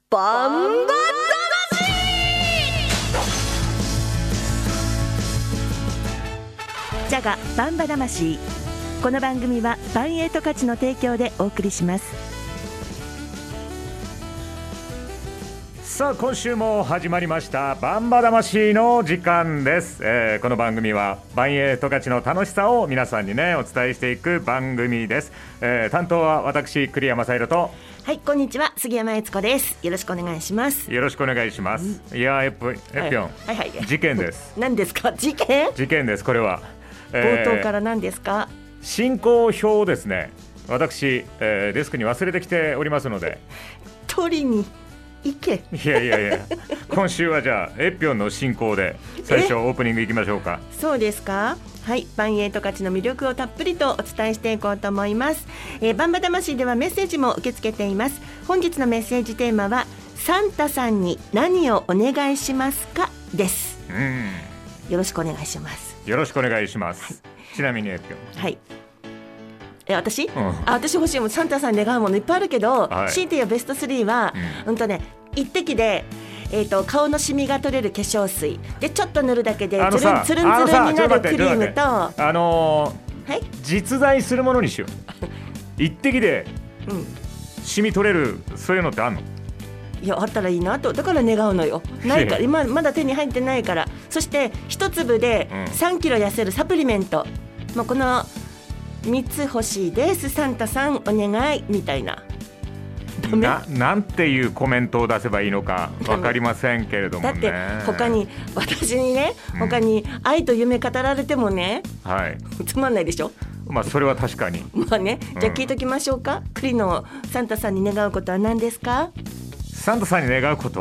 バンバジャガバンバ魂。この番組はバンエイト価値の提供でお送りします。 さあ今週も始まりましたバンバ魂の時間です。この番組はバンエイト価値の楽しさを皆さんにねお伝えしていく番組です。担当は私栗山正宏と、 はい、こんにちは、杉山悦子です。よろしくお願いします。 よろしくお願いします。いやエピョン、 はいはい、 事件です。 何ですか？事件です。これは、 冒頭から何ですか？ 進行表をですね、私、デスクに忘れてきておりますので取りに行け。 いや今週はじゃあエピョンの進行で最初オープニングいきましょうか。 そうですか。はい、バンエイト価値の魅力をたっぷりとお伝えしていこうと思います。バンバ魂ではメッセージも受け付けています。本日のメッセージテーマはサンタさんに何をお願いしますかです。よろしくお願いします。 よろしくお願いします、 はい、 ちなみにエピョン、 はい、私、私欲しいもん。サンタさんに願うものいっぱいあるけど、 はい、 強いて言うベスト3は、一滴で顔のシミが取れる化粧水でちょっと塗るだけでツルンツルンツルンになるクリームと、はい、 実在するものにしよう。一滴でシミ取れる、そういうのってあんの？ いや、あったらいいなと。だから願うのよ。ないから今まだ手に入ってないから。そして一粒で3キロ痩せるサプリメント、もうこの3つ欲しいです。サンタさんお願いみたいな。 なんていうコメントを出せばいいのか分かりませんけれどもね。 だって他に私にね、他に愛と夢語られてもね、つまんないでしょ。 まあそれは確かに。 まあね、じゃあ聞いときましょうか。栗のサンタさんに願うことは何ですか？ サンタさんに願うこと？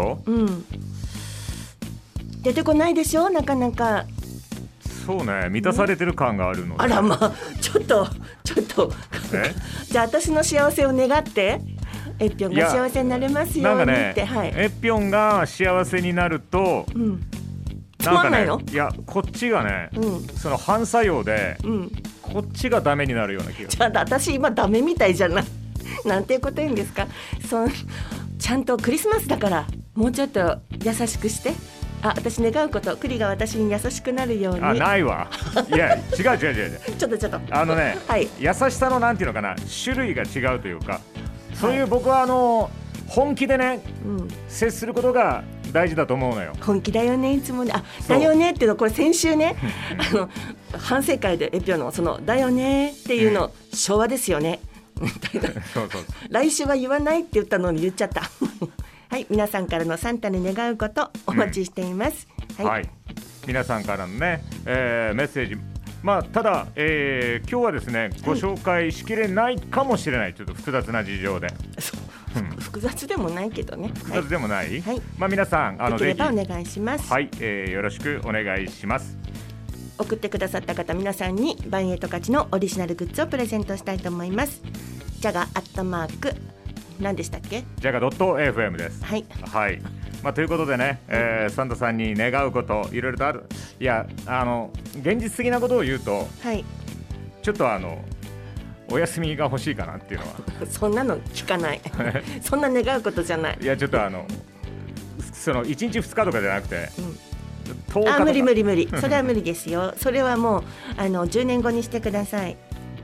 出てこないでしょ、なかなか。 そうね、満たされてる感があるので、 あらまあ、ちょっとじゃあ私の幸せを願って、エッピョンが幸せになれますようにって、はい、 エッピョンが幸せになると、 つまんないの？ いや、こっちがね、その反作用で、こっちがダメになるような気がする。 じゃあ私今ダメみたいじゃないなんていうこと言うんですか。ちゃんとクリスマスだからもうちょっと優しくして。私願うこと、栗が私に優しくなるように。 ないわ。いや、違うちょっとはい、 優しさのなんていうのかな、種類が違うというか、そういう僕は本気でね、接することが大事だと思うのよ。 本気だよね、いつもね。だよねっていうの、これ先週ね反省会でエピオのそのだよねっていうの、昭和ですよねみたいな。そう来週は言わないって言ったのに言っちゃったはい、皆さんからのサンタに願うことお待ちしています。 はい、皆さんからのね、メッセージ、ただ、今日はですね、ご紹介しきれないかもしれない、ちょっと複雑な事情で。 複雑でもないけどね。 複雑でもない、 はい、 皆さんできればお願いします。 はい、よろしくお願いします。 送ってくださった方皆さんにバンエイト価値のオリジナルグッズをプレゼントしたいと思います。ジャガ@何でしたっけ？ ジャガ .fm です。 はい、 ということでね、サンタさんに願うこといろいろとある。いや、現実的なことを言うと、ちょっとお休みが欲しいかなっていうのはそんなの聞かないそんな願うことじゃない。 いや、ちょっとその1日2日とかじゃなくて、10日とか。 無理それは無理ですよ。それはもう10年後にしてください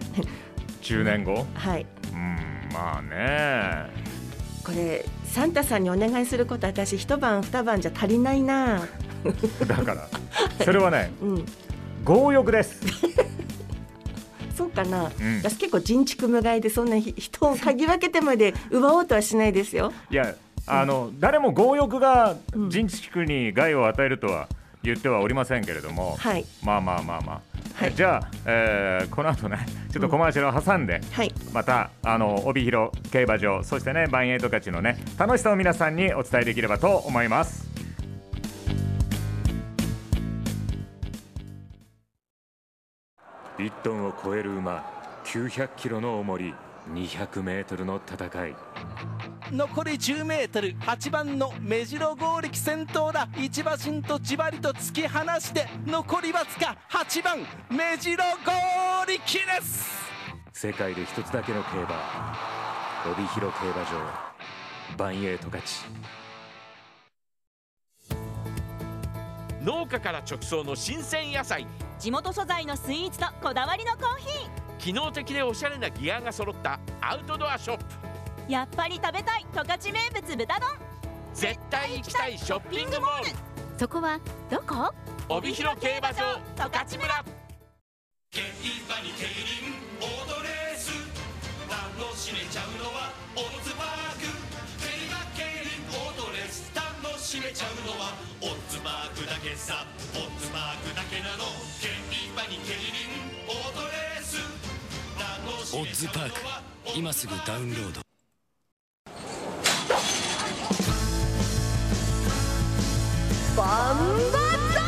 10年後？ はい。 まあね、 これサンタさんにお願いすること、私一晩二晩じゃ足りないなだからそれはね、強欲ですそうかな、私結構人畜無害で、そんな人を嗅ぎ分けてまで奪おうとはしないですよ。 いや、誰も強欲が人畜に害を与えるとは言ってはおりませんけれども、まあ、じゃあ、この後ね、ちょっとコマーシャルを挟んで、また帯広競馬場、そしてね、バンエイト価値のね楽しさを皆さんにお伝えできればと思います。1トンを超える馬、900キロの重り、200メートルの戦い。 残り10メートル、8番の目白剛力先頭だ。一馬身とじわりと突き放して、残りわずか8番目白剛力です。 世界で一つだけの競馬、帯広競馬場。 万栄十勝。 農家から直送の新鮮野菜、 地元素材のスイーツとこだわりのコーヒー、機能的でおしゃれなギアが揃ったアウトドアショップ。 やっぱり食べたい十勝名物豚丼。 絶対行きたいショッピングモール。 そこはどこ？ 帯広競馬場十勝村。 競馬に競輪オートレース、楽しめちゃうのはオッズパーク。競馬競輪オートレース楽しめちゃうのはオッズパークだけさ。オッズパークだけなの。競馬に競輪オートレース、 オッズパーク、今すぐダウンロード。 バンバ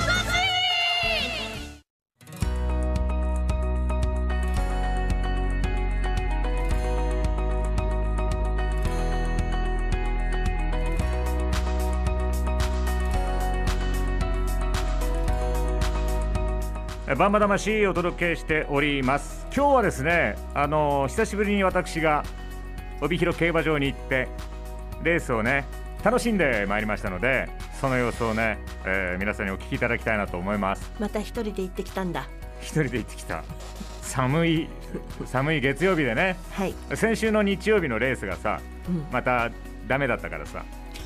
バンバ魂をお届けしております。今日はですね、久しぶりに私が帯広競馬場に行ってレースをね楽しんでまいりましたので、その様子をね、皆さんにお聞きいただきたいなと思います。 また一人で行ってきたんだ。 一人で行ってきた。寒い月曜日でね、 はい、 先週の日曜日のレースがさ、またダメだったからさ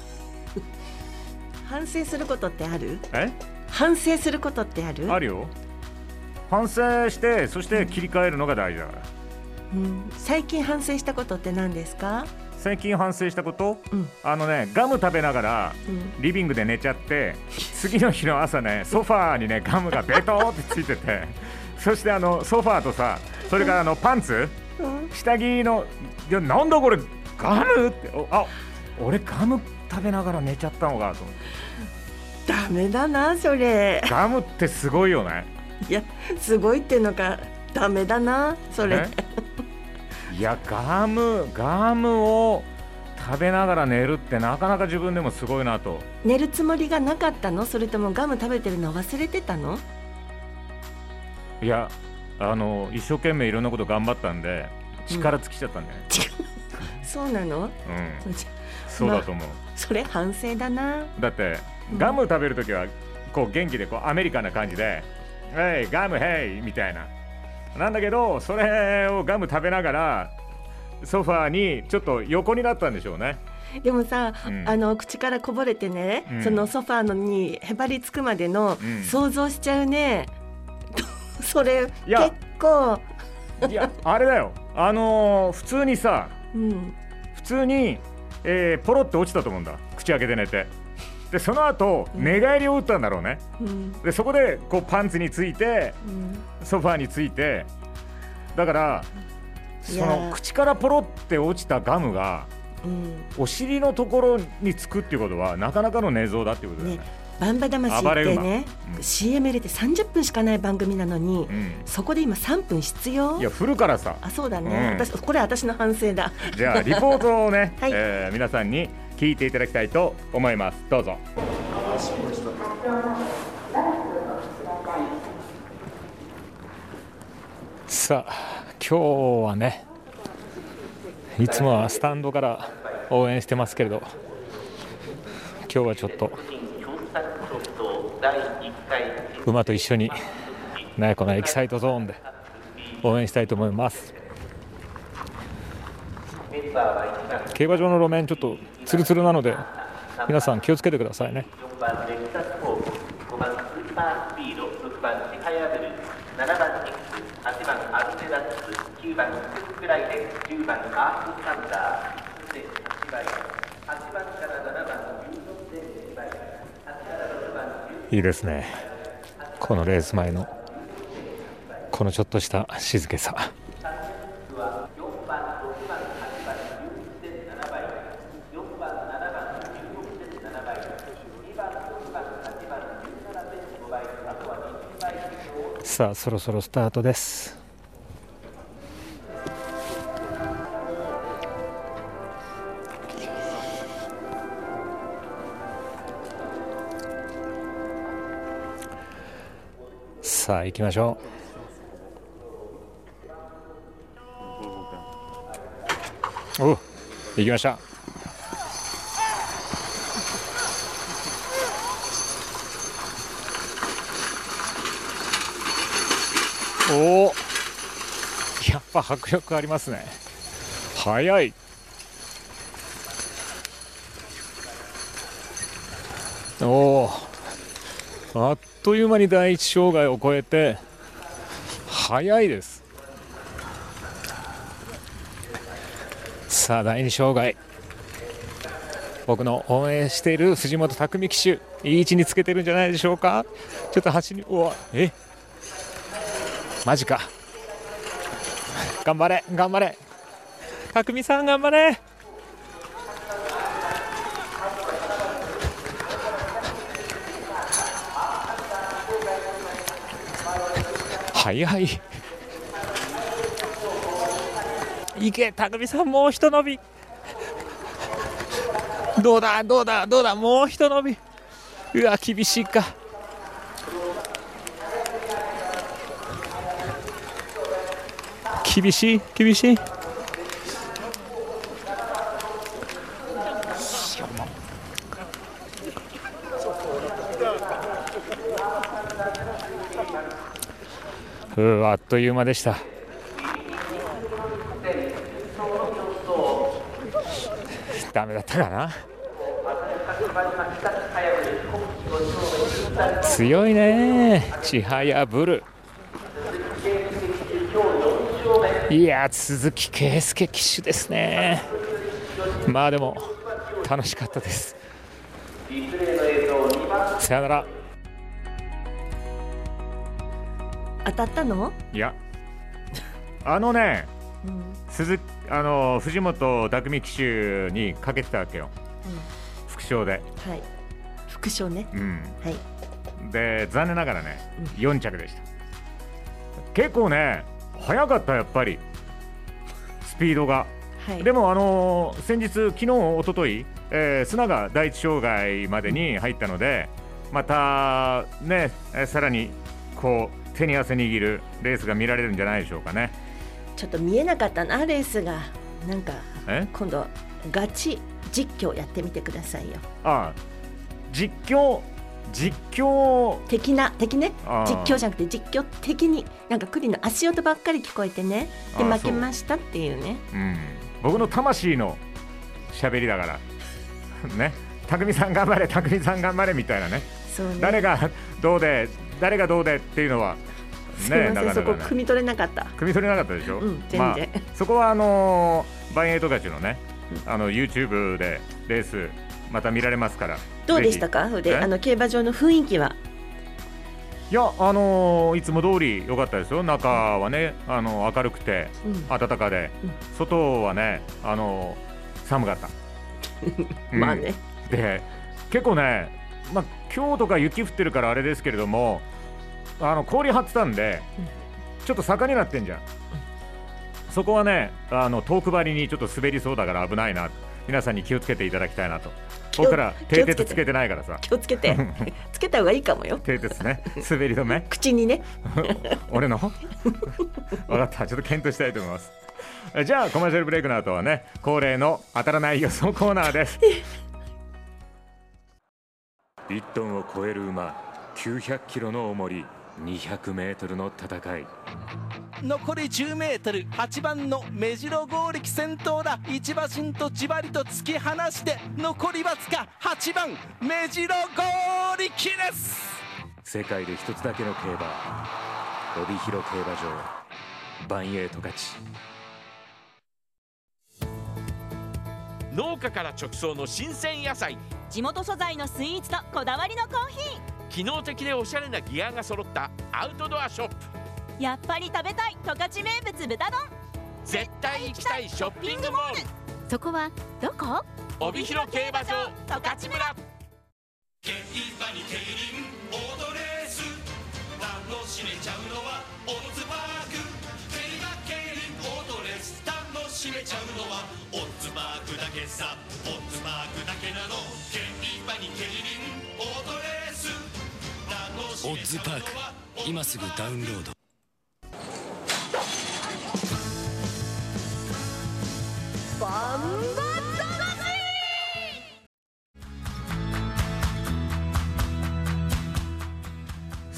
反省することってある？反省することってある？ あるよ。反省してそして切り替えるのが大事だから、 最近反省したことって何ですか？ 最近反省したこと、ガム食べながらリビングで寝ちゃって、次の日の朝ねソファーにねガムがベトーってついててそしてソファーとさ、それからパンツ、下着の、いやなんだこれガムって、俺ガム食べながら寝ちゃったのかと思って。 ダメだなそれ。 ガムってすごいよね。 いやすごいっていうのか、ダメだなそれ。 いやガムを食べながら寝るってなかなか自分でもすごいなと。 寝るつもりがなかったの？それともガム食べてるの忘れてたの？ いや一生懸命いろんなこと頑張ったんで力尽きちゃったんだよね、 そうなの？ そうだと思う、 それ反省だな。 だってガム食べるときはこう元気でこうアメリカンな感じでヘイガムヘイみたいななんだけど、それをガム食べながらソファーにちょっと横になったんでしょうね。 でもさ、口からこぼれてね、そのソファーのにへばりつくまでの想像しちゃうね、それ結構いやあれだよ、普通にさ、普通に、ポロって落ちたと思うんだ、口開けて寝て。でその後、寝返りを打ったんだろうね、でそこでこうパンツについて、ソファーについて、だからその口からポロって落ちたガムが、お尻のところにつくっていうことはなかなかの寝相だっていうことだよね。 バンバ魂ってね、CM 入れて30分しかない番組なのに、そこで今3分必要？ いや振るからさ。 そうだね、これ私の反省だ。 じゃあリポートをね、皆さんに聞いていただきたいと思います。どうぞ。さあ今日はね、いつもはスタンドから応援してますけれど、今日はちょっと馬と一緒にね、このエキサイトゾーンで応援したいと思います。競馬場の路面ちょっとツルツルなので皆さん気をつけてくださいね。4番レクサスホーク、5番スーパースピード、6番シハヤブル、7番ニックス、8番アルテラックス、9番スクライデン、10番アースサンダー、そして8番から7番いいですね、このレース前のこのちょっとした静けさ。さあそろそろスタートです。さあ行きましょう。行きました。 おお、やっぱ迫力ありますね。速い。おお、あっという間に第一障害を越えて速いです。さあ第二障害、僕の応援している藤本拓海騎手、いい位置につけてるんじゃないでしょうか。ちょっと走り、うわ、マジか。頑張れ頑張れ、拓海さん頑張れ。速い。いけ拓海さん、もう一伸び。どうだどうだどうだ、もう一伸び。うわ厳しいか。厳しい厳しい。あっという間でした。ダメだったかな。強いね千早ブル。いや鈴木圭介騎手ですね。まあでも楽しかったです。さよなら。 当たったの？ いや藤本拓海騎手にかけてたわけよ、副賞で。 はい、副賞ね。はい。 で残念ながらね、4着でした。結構ね速かった、やっぱりスピードが。はい、でも先日、昨日一昨日須永第一障害までに入ったので、またねさらにこう手に汗握るレースが見られるんじゃないでしょうかね。 ちょっと見えなかったな、レースが。なんか今度ガチ実況やってみてくださいよ。 ああ、実況的ね。実況じゃなくて実況的に、なんか栗の足音ばっかり聞こえてね、で負けましたっていうね。 僕の魂の喋りだからね。拓海さん頑張れ、拓海さん頑張れみたいなね。そうね、誰がどうでっていうのはすみません、そこ汲み取れなかった。 汲み取れなかったでしょ。 全然、 そこはバンエイト勝ちのね、YouTube でレースまた見られますから。 どうでしたか？で競馬場の雰囲気は。 いやいつも通り良かったですよ。中はね明るくて暖かで、外はね寒かった。 まあね。 で結構ね、今日とか雪降ってるからあれですけれども、氷張ってたんでちょっと坂になってんじゃん。そこはね遠く張りにちょっと滑りそうだから危ないな。皆さんに気をつけていただきたいなと。僕ら蹄鉄つけてないからさ。 気をつけてつけた方がいいかもよ。 蹄鉄ね、滑り止め口にね俺の分かった、ちょっと検討したいと思います。じゃあコマーシャルブレイクの後はね、恒例の当たらない予想コーナーです。1トンを超える馬、900キロの重り、200メートルの戦い。 残り10メートル、8番の目白剛力先頭だ。一馬身とじわりと突き放して残りわずか。8番目白剛力です。 世界で一つだけの競馬、帯広競馬場、バンエイト勝ち。 農家から直送の新鮮野菜、 地元素材のスイーツとこだわりのコーヒー、 機能的でおしゃれなギアが揃ったアウトドアショップ。 やっぱり食べたい十勝名物豚丼。 絶対行きたいショッピングモール。 そこはどこ？ 帯広競馬場十勝村。 競馬に競輪オートレース、楽しめちゃうのはオッズパーク。競馬競輪オートレース、楽しめちゃうのはオッズパークだけさ。オッズパークだけなの。競馬に競輪オートレース、 オッズパーク、今すぐダウンロード。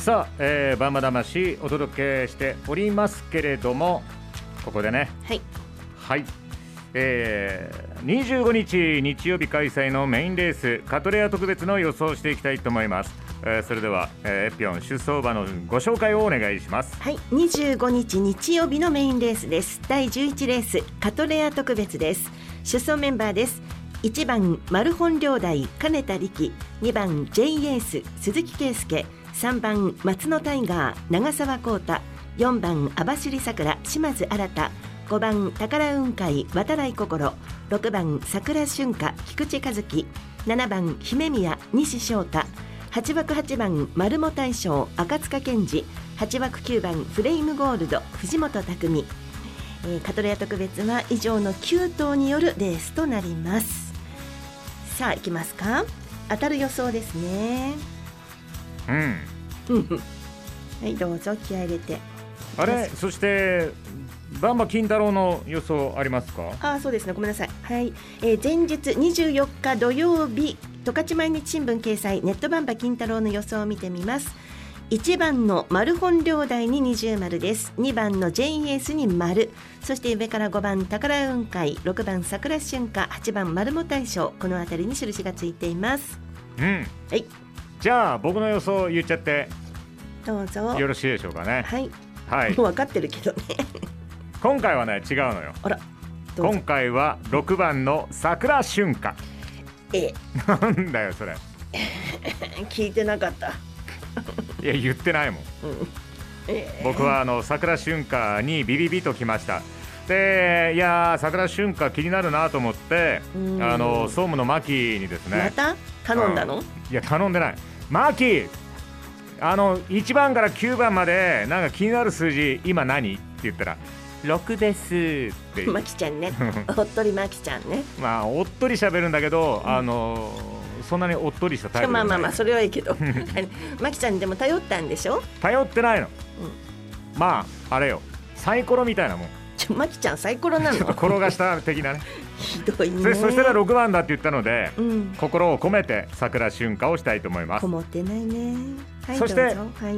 さあ、バンバ魂お届けしておりますけれども、ここでね、 はい、 はい、25日日曜日開催のメインレースカトレア特別の予想をしていきたいと思います。それでは、エピョン出走馬のご紹介をお願いします。 はい、25日日曜日のメインレースです。第11レースカトレア特別です。出走メンバーです。1番マルホン両大金田力、2番 J エース鈴木圭介、3番松野タイガー長澤浩太、4番網走さくら島津新、5番宝雲海渡来心、6番桜春夏菊池和樹、7番姫宮西翔太、8枠8番丸茂大将赤塚健二、8枠9番フレイムゴールド藤本匠。カトレア特別は以上の9頭によるレースとなります。さあ行きますか。当たる予想ですね。はい、どうぞ気合い入れて。 あれ、そしてバンバ金太郎の予想ありますか？ そうですね、ごめんなさい。はい、前日24日土曜日十勝毎日新聞掲載ネットバンバ金太郎の予想を見てみます。1番のマルホン両大に20丸です。2番の J エースに丸、そして上から5番宝雲海、6番桜春夏、8番丸茂大将、このあたりに印がついています。はい、 じゃあ僕の予想言っちゃってどうぞよろしいでしょうかね。 はい、 はい、 もう分かってるけどね今回はね違うのよ。 あら、 今回は6番の桜春夏。なんだよそれ聞いてなかったいや言ってないもん、僕は桜春夏にビビビときました。で、いや桜春夏気になるなと思って、総務のマキにですね、 また頼んだの？ いや頼んでない。マキ1番から9番までなんか気になる数字今何って言ったら6ですってマキちゃんねおっとりマキちゃんね。 まあおっとり喋るんだけど、そんなにおっとりしたタイプじゃない。 まあそれはいいけどマキちゃんにでも頼ったんでしょ？ 頼ってないの、まああれよ、サイコロみたいなもん。 マキちゃんサイコロなの？ ちょっと転がした的なねひどいね。 そしたら6番だって言ったので、心を込めて桜春夏をしたいと思います。 こもってないね。はい、 そして、 はい、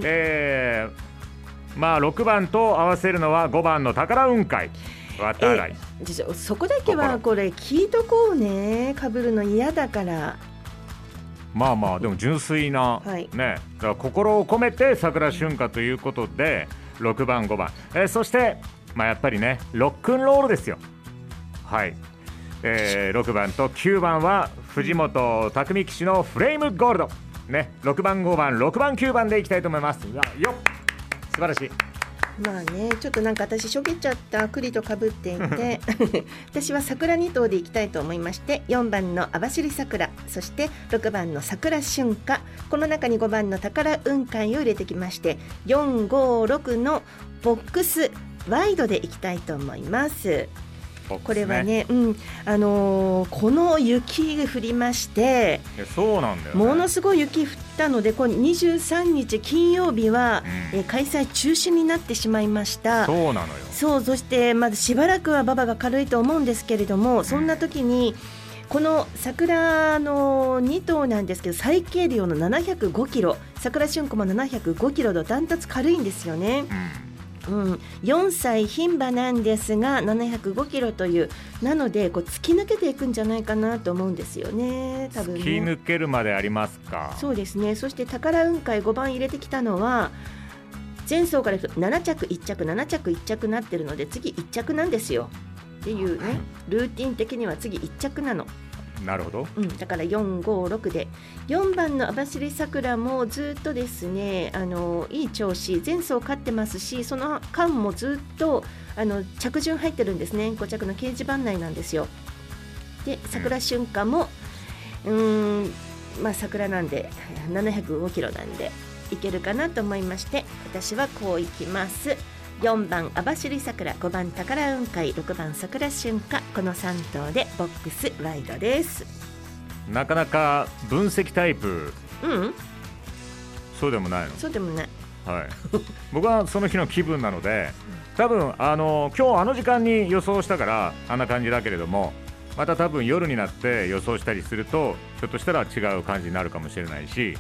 まあ6番と合わせるのは5番の宝雲海渡来。 そこだけはこれ聞いとこうね。被るの嫌だから。 まあまあでも純粋な、ね、だから心を込めて桜春夏ということで6番5番、そしてまあやっぱりねロックンロールですよ。はい、6番と9番は藤本匠騎手のフレームゴールドね、6番5番6番9番でいきたいと思います。よっ、素晴らしい。 まあね、ちょっとなんか私しょげちゃった栗とかぶっていて私は桜2頭でいきたいと思いまして、4番の網走桜、そして6番の桜春夏、この中に5番の宝雲海を入れてきまして、4、5、6のボックスワイドでいきたいと思います。これはね、この雪が降りまして、 そうなんだよね、 ものすごい雪降ったので、この23日金曜日は、開催中止になってしまいました。 そうなのよ。 そしてまだしばらくは馬場が軽いと思うんですけれども、そんな時にこの桜の2頭なんですけど、最軽量の705キロ、桜春夏も705キロとダントツ軽いんですよね。4歳牝馬なんですが705キロという、なのでこう突き抜けていくんじゃないかなと思うんですよね、多分ね。 突き抜けるまでありますか。 そうですね。そして宝雲海5番入れてきたのは前走から7着1着7着1着なってるので、次1着なんですよっていうね、ルーティン的には次1着なの。 なるほど、 だから4、5、6で、4番の網走さくらもずっとですね、いい調子、前走勝ってますし、その間もずっと着順入ってるんですね。5着の掲示板内なんですよ。で桜春夏もまあ桜なんで705キロなんでいけるかなと思いまして、私はこういきます。4番網走さくら、5番宝雲海、6番桜春夏、この3頭でボックスワイドです。 なかなか分析タイプ、そうでもないの。 そうでもない、 僕はその日の気分なので、多分今日あの時間に予想したからあんな感じだけれども、また多分夜になって予想したりするとひょっとしたら違う感じになるかもしれないし、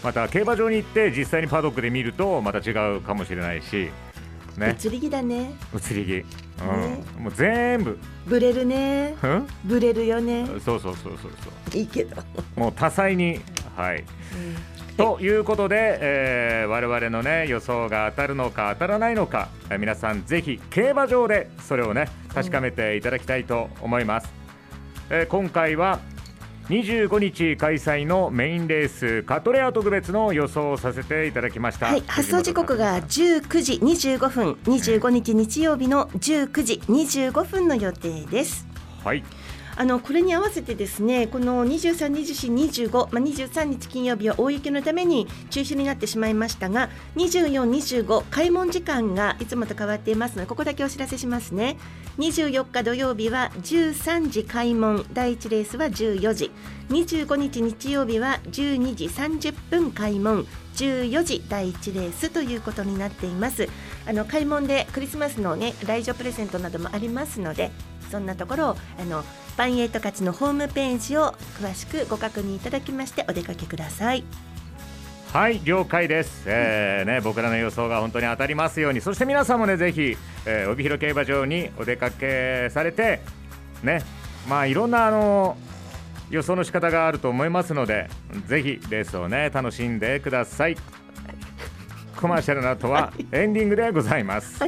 また競馬場に行って実際にパドックで見るとまた違うかもしれないし、ね、 移り気だね。 移り気、もう全部ブレるね。ブレるよね。 そういいけどもう多彩に、はい、ということで、我々のね予想が当たるのか当たらないのか、皆さんぜひ競馬場でそれをね確かめていただきたいと思います。今回は25日開催のメインレースカトレア特別の予想をさせていただきました。 はい、発送時刻が19時25分、25日日曜日の19時25分の予定です。 はい、 これに合わせてですね、この23、24、25、23日金曜日は大雪のために中止になってしまいましたが、24、25開門時間がいつもと変わっていますので、ここだけお知らせしますね。24日土曜日は13時開門、第1レースは14時、25日日曜日は12時30分開門、14時第1レースということになっています。開門でクリスマスのね来場プレゼントなどもありますので、そんなところをバンエイト勝ちのホームページを詳しくご確認いただきましてお出かけください。 はい、了解です。僕らの予想が本当に当たりますように、そして皆さんもねぜひ、帯広競馬場にお出かけされてね、いろんな予想の仕方があると思いますので、ぜひレースをね楽しんでください。コマーシャルの後はエンディングでございます。 はい、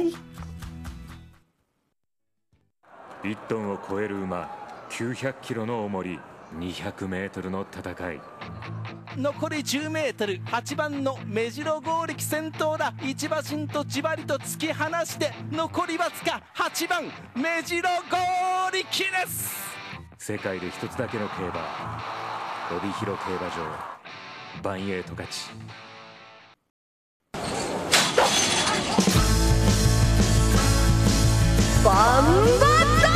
1トンを超える馬、900キロの重り、200メートルの戦い。 残り10メートル、8番の目白剛力先頭だ。一馬身とじわりと突き放して残りわずか。8番目白剛力です。 世界で一つだけの競馬、帯広競馬場バンエイト勝ち。 バンバ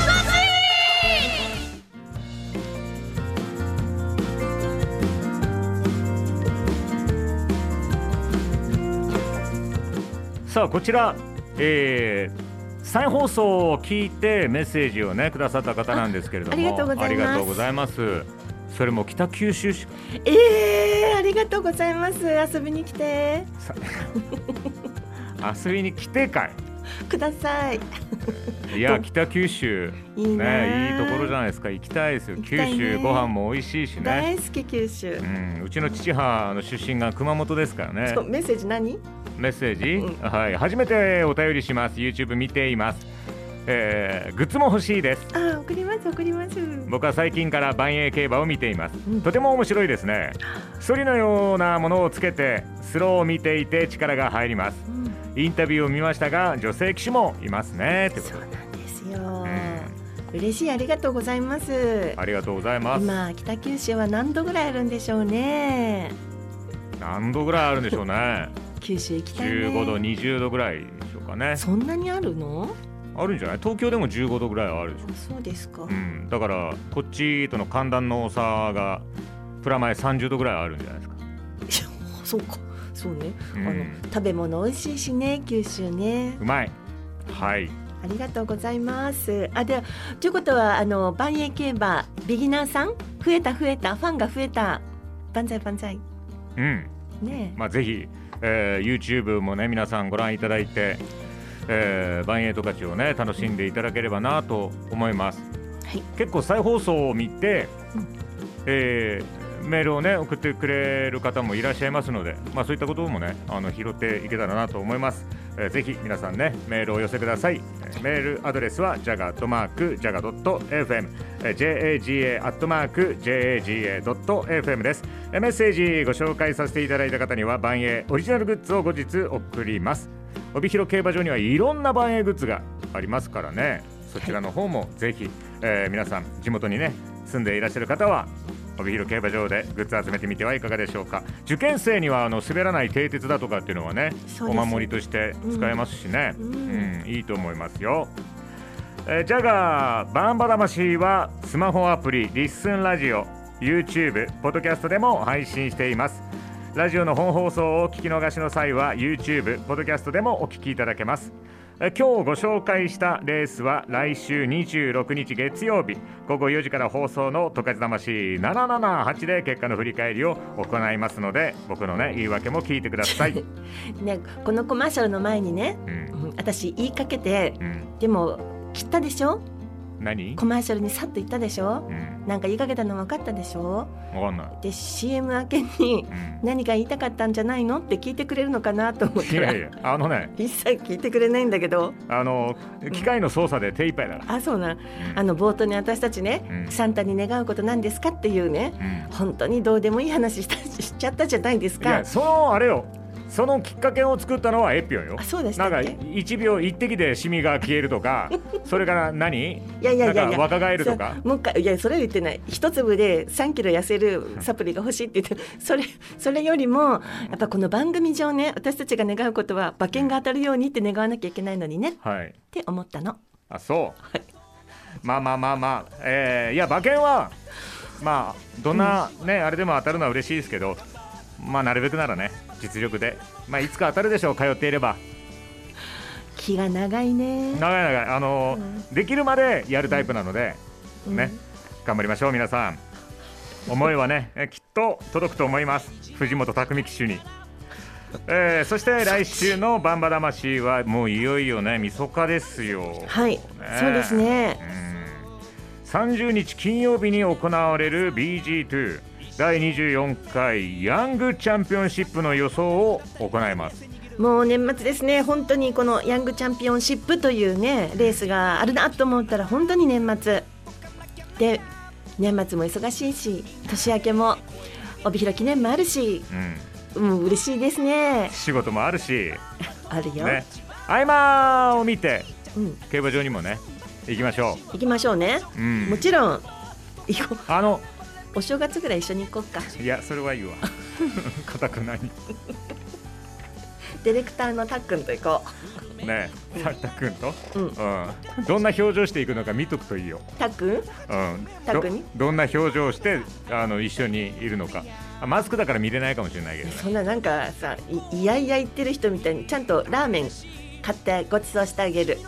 さあこちら、再放送を聞いてメッセージをねくださった方なんですけれども、 ありがとうございます。 ありがとうございます。それも北九州市。 ありがとうございます。遊びに来て遊びに来てかいください。 いや北九州いいね、 いいところじゃないですか。行きたいですよ。九州ご飯も美味しいしね。 大好き九州。 うちの父母の出身が熊本ですからね。 メッセージ何？ メッセージ、はい、初めてお便りします。 YouTube 見ています。グッズも欲しいです。 送ります送ります。 僕は最近から万栄競馬を見ています。とても面白いですね。ソリのようなものをつけてスローを見ていて力が入ります。インタビューを見ましたが女性騎手もいますね。ってことそうなんですよ、嬉しい。ありがとうございます。 ありがとうございます。 今北九州は何度ぐらいあるんでしょうね。 何度ぐらいあるんでしょうね。 九州行きたいね。 15度20度ぐらいでしょうかね。 そんなにあるの？ あるんじゃない？東京でも15度ぐらいはあるでしょ。 そうですか、 だからこっちとの寒暖の差がプラマイ30度ぐらいあるんじゃないですか。 そうか、そうね、食べ物美味しいしね、九州ね。 うまい。はい、 ありがとうございます。でということは万栄競馬ビギナーさん増えたファンが増えた。万歳万歳。ねえ、ぜひ、YouTube もね皆さんご覧いただいて、バンエイト勝ちをね楽しんでいただければなと思います。はい、結構再放送を見て、メールをね送ってくれる方もいらっしゃいますので、そういったこともね拾っていけたらなと思います。ぜひ皆さんねメールを寄せください。メールアドレスは jaga@jaga.fm jaga@jaga.fm です。メッセージご紹介させていただいた方にはバンエイオリジナルグッズを後日送ります。帯広競馬場にはいろんなバンエイグッズがありますからね、そちらの方もぜひ、皆さん地元にね住んでいらっしゃる方は帯広競馬場でグッズ集めてみてはいかがでしょうか。受験生には滑らない蹄鉄だとかっていうのはねお守りとして使えますしね、いいと思いますよ。ジャガーバンバ魂はスマホアプリリッスンラジオ YouTube ポッドキャストでも配信しています。ラジオの本放送を聞き逃しの際は YouTube ポッドキャストでもお聞きいただけます。 今日ご紹介したレースは来週26日月曜日午後4時から放送の十勝魂778で結果の振り返りを行いますので、僕のね言い訳も聞いてくださいね、このコマーシャルの前にね、私言いかけて、でも切ったでしょ。 何？ コマーシャルにさっと言ったでしょ、なんか言いかけたの分かったでしょ。 分かんない。 で CM 明けに何か言いたかったんじゃないのって聞いてくれるのかなと思ったら、 いや一切聞いてくれないんだけど、 機械の操作で手一杯だから、 そうな、冒頭に私たちね、サンタに願うことなんですかっていうね、本当にどうでもいい話しちゃったじゃないですか。 いや、そのきっかけを作ったのはエピオンよ。 そうでしたっけ？ なんか1秒1滴でシミが消えるとかそれから何？ いやなんか若返るとか。 もう一回、いやそれは言ってない。一粒で3キロ痩せるサプリが欲しいって言ってそれよりもやっぱこの番組上ね、私たちが願うことは馬券が当たるようにって願わなきゃいけないのにね、って思ったの。 そう、まあいや馬券はまあどんなね、あれでも当たるのは嬉しいですけど、まあなるべくならね実力で、いつか当たるでしょう。通っていれば。 気が長いね。 長い、できるまでやるタイプなので、ね、頑張りましょう皆さん。思いはねきっと届くと思います、藤本匠騎手に。そして来週のバンバ魂はもういよいよね、みそかですよ。 はい、そうですね。 30日金曜日に行われる BG2第24回ヤングチャンピオンシップの予想を行います。 もう年末ですね。本当にこのヤングチャンピオンシップというねレースがあるなと思ったら、本当に年末で、年末も忙しいし、年明けも帯広記念もあるし、嬉しいですね。 仕事もあるしあるよ、 ね、合間を見て、競馬場にもね行きましょうね、もちろん行こう。お正月ぐらい一緒に行こうか。 いや、それはいいわかたくなにディレクターのたっくんと行こうね。たっくんと、どんな表情していくのか見とくといいよ。 たっくん、たっくんにどんな表情して一緒にいるのか。マスクだから見れないかもしれないけど、ね、 そんななんかさ、いやいや言ってる人みたいにちゃんとラーメン買ってごちそうしてあげる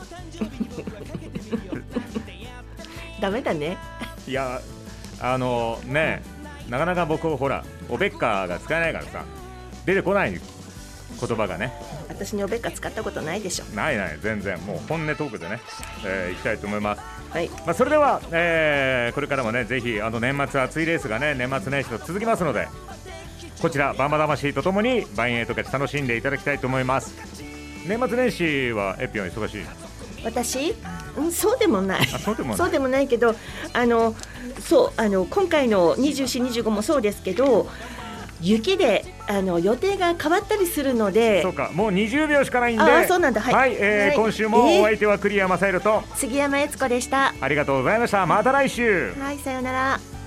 ダメだね。 いやね、なかなか僕ほらおべっかが使えないからさ、出てこない言葉がね。 私におべっか使ったことないでしょ。 ない全然、もう本音トークでね、いきたいと思います。 はい、 それでは、これからもねぜひ年末熱いレースがね年末年始と続きますので、こちらバンバ魂とともにバンエイト勝ち楽しんでいただきたいと思います。年末年始はエピオン忙しい？ 私、そうでもない。 そうでもないけど、今回の24、25もそうですけど、雪で予定が変わったりするので。 そうか、もう20秒しかないんで。 そうなんだ。はい、 今週もお相手は栗山正宏と杉山悦子でした。 ありがとうございました。また来週。 はい、さようなら。